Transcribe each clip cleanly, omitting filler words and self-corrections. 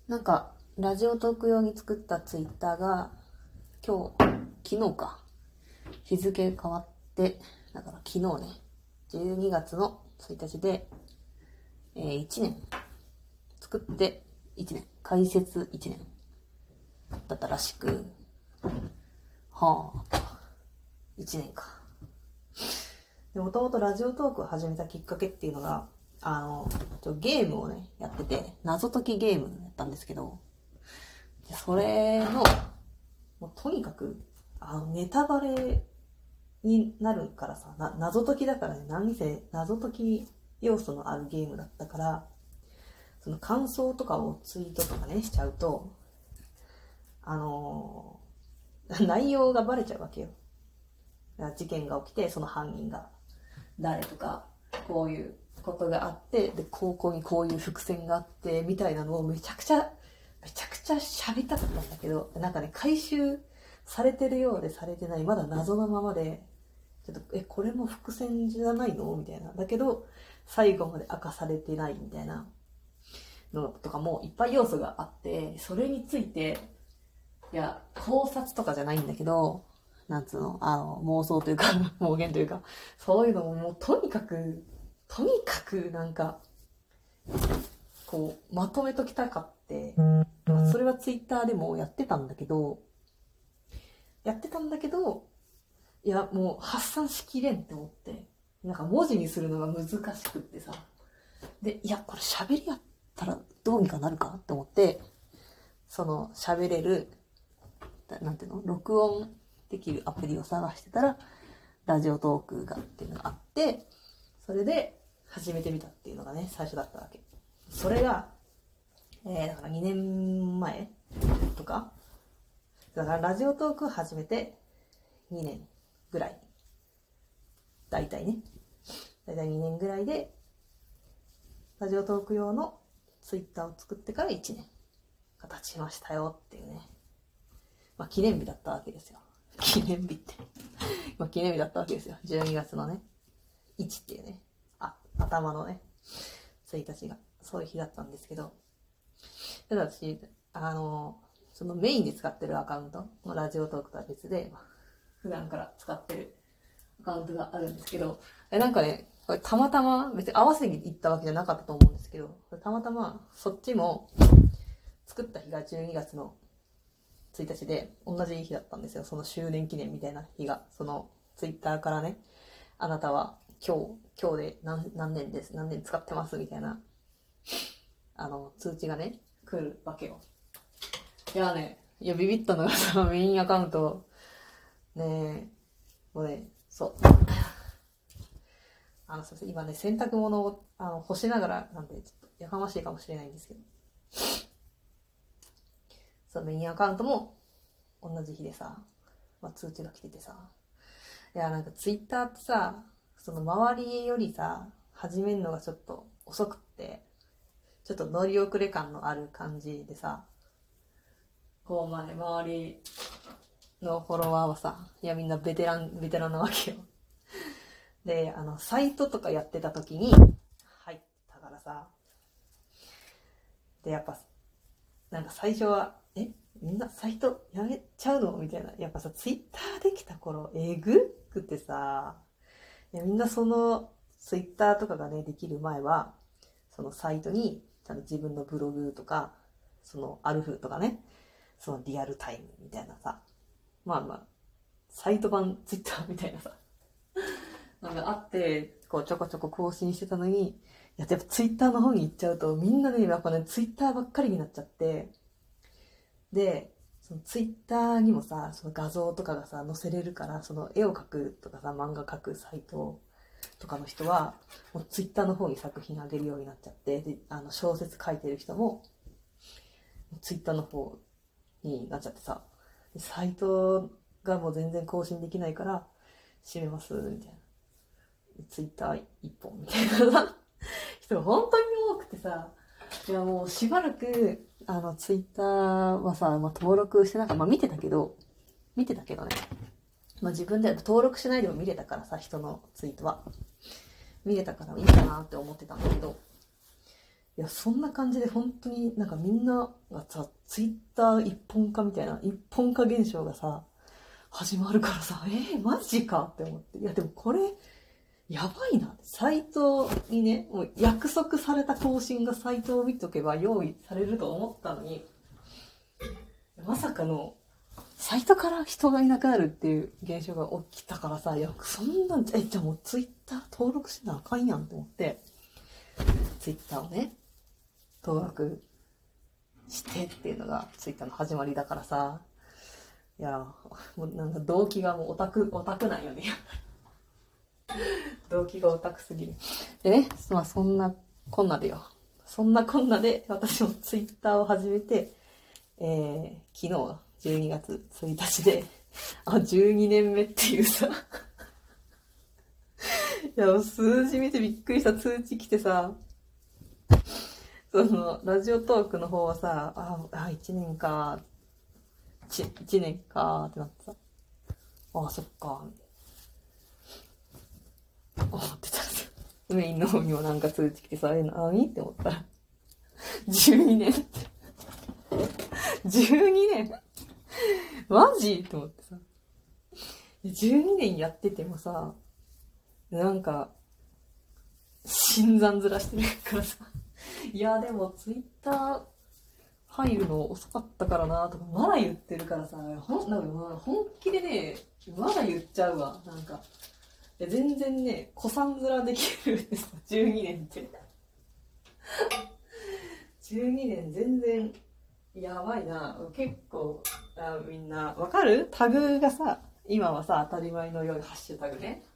なんかラジオトーク用に作ったツイッターが昨日か日付変わって、だから昨日ね12月の1日で、1年作って1年開設1年だったらしく、はあ1年か。でもともとラジオトークを始めたきっかけっていうのがゲームをねやってて、謎解きゲームやったんですけど、それのもうとにかくネタバレになるからさ、謎解きだからね、何せ謎解き要素のあるゲームだったから、その感想とかをツイートとかねしちゃうと内容がバレちゃうわけよ。事件が起きてその犯人が誰とか、こういうことがあって、で高校にこういう伏線があってみたいなのをめちゃくちゃ喋りたかったんだけど、なんかね回収されてるようでされてない、まだ謎のままで、ちょっとこれも伏線じゃないのみたいな、だけど最後まで明かされてないみたいなのとかもいっぱい要素があって、それについて考察とかじゃないんだけど、なんつうの、妄想というか妄言というか、そういうのももうとにかくなんかこうまとめときたかって、それはツイッターでもやってたんだけど、いやもう発散しきれんって思って、なんか文字にするのが難しくってさ、でこれ喋りやったらどうにかなるかって思って、その喋れるなんていうの、録音できるアプリを探してたらラジオトークがっていうのがあって、それで始めてみたっていうのがね最初だったわけ。それが、だから2年前とかだから、ラジオトークを始めて2年ぐらい、だいたい2年ぐらいでラジオトーク用のツイッターを作ってから1年が経ちましたよっていうね、記念日だったわけですよ。記念日って記念日だったわけですよ。12月のね1っていうね、頭のね1日がそういう日だったんですけど、ただ私そのメインで使ってるアカウント、ラジオトークとは別で、普段から使ってるアカウントがあるんですけど、なんかね、これたまたま別に合わせに行ったわけじゃなかったと思うんですけど、これたまたまそっちも作った日が12月の1日で同じ日だったんですよ。その周年記念みたいな日が、そのツイッターからね、あなたは今日で何年です、何年使ってますみたいな通知がね来るわけよ。ビビったのがさ、メインアカウントね、もうね、そうすいません、今ね洗濯物を干しながらなんでちょっとやかましいかもしれないんですけど、そうメインアカウントも同じ日でさ、通知が来ててさ、なんかツイッターってさ、その周りよりさ始めるのがちょっと遅くって、ちょっと乗り遅れ感のある感じでさ、こう周りのフォロワーはさ、みんなベテランなわけよ。でサイトとかやってた時に入ったからさ、でやっぱなんか最初はみんなサイトやめちゃうのみたいな、やっぱさツイッターできた頃えぐくてさ、みんなそのツイッターとかがねできる前は、そのサイトにちゃんと自分のブログとか、そのアルフとかね、そのリアルタイムみたいなさ、サイト版ツイッターみたいなさなんかあって、こうちょこちょこ更新してたのに、やっぱツイッターの方に行っちゃうと、みんなねやっぱねツイッターばっかりになっちゃって、でそのツイッターにもさ、その画像とかがさ載せれるから、その絵を描くとかさ漫画描くサイトとかの人はもうツイッターの方に作品あげるようになっちゃって、で小説書いてる人もツイッターの方になっちゃってさ、サイトがもう全然更新できないから閉めますみたいな、ツイッター一本みたいなさ人が本当に多くてさ、もうしばらくツイッターはさ、登録して見てたけどね、自分で登録しないでも見れたからさ、人のツイートは見れたからいいかなって思ってたんだけど、 いや、そんな感じで本当になんかみんながさ、ツイッター一本化みたいな、一本化現象がさ、始まるからさ、マジかって思って。いや、でもこれ、やばいな。サイトにね、もう約束された更新がサイトを見とけば用意されると思ったのに、まさかの、サイトから人がいなくなるっていう現象が起きたからさ、いや、そんなん、じゃあもうツイッター登録しなあかんやんって思って、ツイッターをね、登録してっていうのがツイッターの始まりだからさ、いや、もうなんか動機がもうオタクなんよね。動機がオタクすぎる。でね、まあそんなこんなでよ。そんなこんなで私もツイッターを始めて、昨日12月1日で、12年目っていうさ、いや、数字見てびっくりした通知来てさ、その、ラジオトークの方はさ、1年か、1年かってなってさ、そっか、思ってたんですよ。メインの方にもなんか通知来てさ、何って思ったら、12年って。12年マジと思ってさ。12年やっててもさ、なんか、新参面してるからさ。いや、でもツイッター入るの遅かったからなとか、まだ言ってるからさ、なんか本気でね、まだ言っちゃうわ。なんか、いや全然ね、子さん面できるんですよ、12年って。12年全然、やばいな。結構、みんな、わかる？タグがさ、今はさ、当たり前のようにハッシュタグね。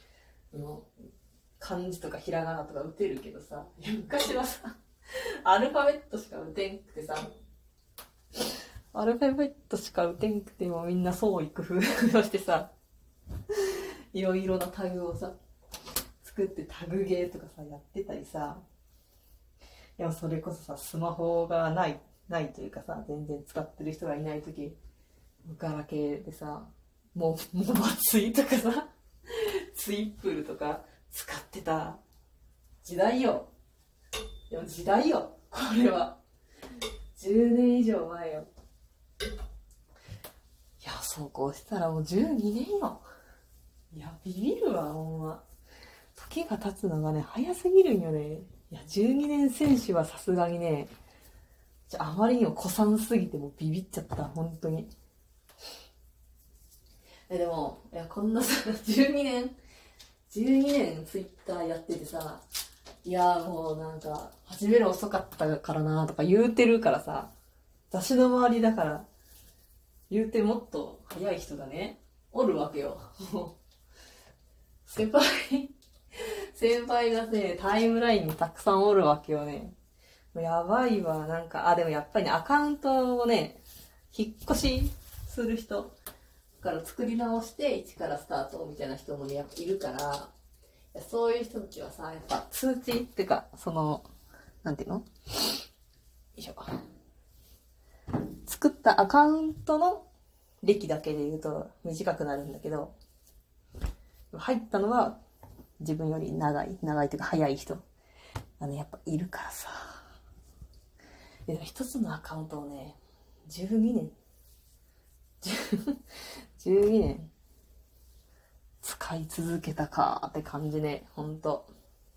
漢字とかひらがなとか打てるけどさ、昔はさ、アルファベットしか打てんくてさ、アルファベットしか打てんくてもみんな創意工夫をしてさ、いろいろなタグをさ、作ってタグゲーとかさ、やってたりさ、いや、それこそさ、スマホがないというかさ、全然使ってる人がいないとき、ガラケーでさ、モバツイとかさ、ツイップルとか使ってた時代よ。いや、時代よ。これは。10年以上前よ。いや、そうこうしたらもう12年よ。いや、ビビるわ、ほんま。時が経つのがね、早すぎるんよね。いや、12年選手はさすがにね、あまりにも古参すぎてもうビビっちゃった、本当に。でも、いや、こんなさ、12年ツイッターやっててさ、いやもうなんか、始める遅かったからなとか言うてるからさ、私の周りだから、言うてもっと早い人がね、おるわけよ。もう、先輩がね、タイムラインにたくさんおるわけよね。やばいわ、なんか、でもやっぱりね、アカウントをね、引っ越しする人から作り直して、一からスタートみたいな人もね、やっぱいるから、そういう人たちはさ、やっぱ通知っていうか、その、なんていうの？よいしょ。作ったアカウントの歴だけで言うと短くなるんだけど、入ったのは自分より長いというか早い人がね、やっぱいるからさ。でも一つのアカウントをね、12年使い続けたかって感じね、ほんと。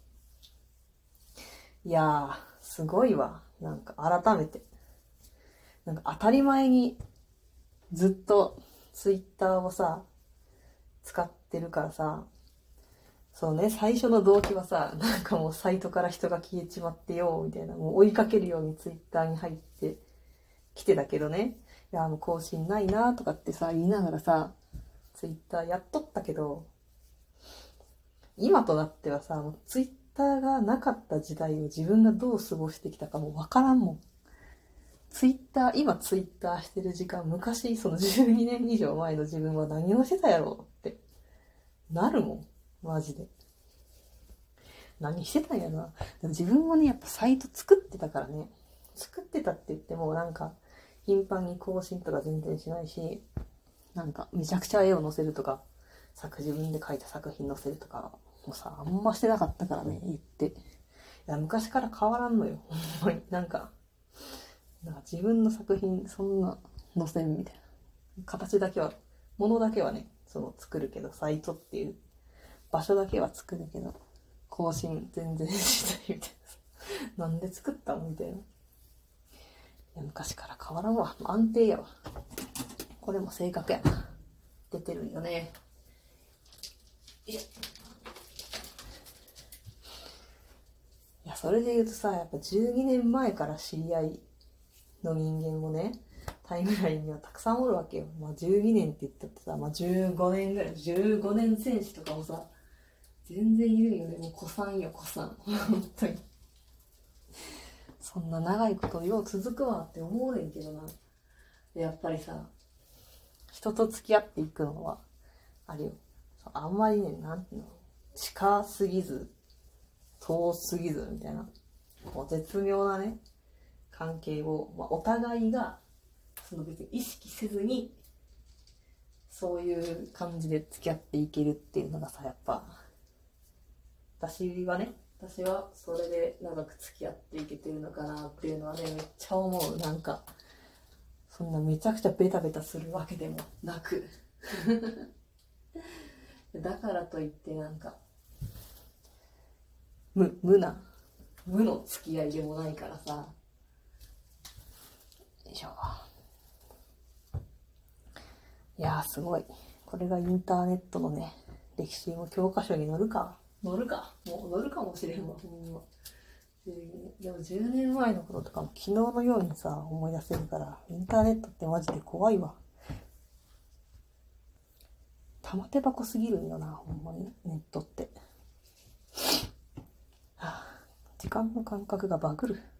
いやー、すごいわ。なんか改めて。なんか当たり前にずっとツイッターをさ、使ってるからさ、そうね、最初の動機はさ、なんかもうサイトから人が消えちまってよ、みたいな、もう追いかけるようにツイッターに入ってきてたけどね、いや、もう更新ないなとかってさ、言いながらさ、ツイッターやっとったけど、今となってはさ、もうツイッターがなかった時代を自分がどう過ごしてきたかもわからんもん。今ツイッターしてる時間、昔、その12年以上前の自分は何をしてたやろうってなるもん。マジで。何してたんやろな。でも自分もね、やっぱサイト作ってたからね。作ってたって言っても、なんか、頻繁に更新とか全然しないし、なんか、めちゃくちゃ絵を載せるとか、自分で描いた作品載せるとか、もうさ、あんましてなかったからね、言って。 や、昔から変わらんのよ。ほんまに。なんか自分の作品、そんな載せんみたいな。形だけは、ものだけはね、作るけど、サイトっていう場所だけは作るけど、更新全然しないみたいな。なんで作ったのみたいな。いや、昔から変わらんわ。安定やわ。これも性格やな。出てるよね。いや、それで言うとさ、やっぱ12年前から知り合いの人間もね、タイムラインにはたくさんおるわけよ。まあ12年って言ったってさ、まあ15年ぐらい、15年選手とかもさ、全然いるよね。もう子さんよ、子さん。本当に。そんな長いことよう続くわって思うねんけどな。やっぱりさ、人と付き合っていくのは、あれよ。あんまりね、なんていうの、近すぎず、遠すぎずみたいな、こう絶妙なね、関係を、まあ、お互いが、別に意識せずに、そういう感じで付き合っていけるっていうのがさ、やっぱ、私はそれで長く付き合っていけてるのかなっていうのはね、めっちゃ思う。なんか、そんなめちゃくちゃベタベタするわけでもなく。だからといってなんか、無の付き合いでもないからさ。よいしょ。いやーすごい。これがインターネットのね、歴史の教科書に載るかもう載るかもしれんわ、ほんま。でも10年前のこととかも昨日のようにさ、思い出せるから、インターネットってマジで怖いわ。玉手箱すぎるんよな、ほんまに、ネットって。はあ、時間の感覚がバグる。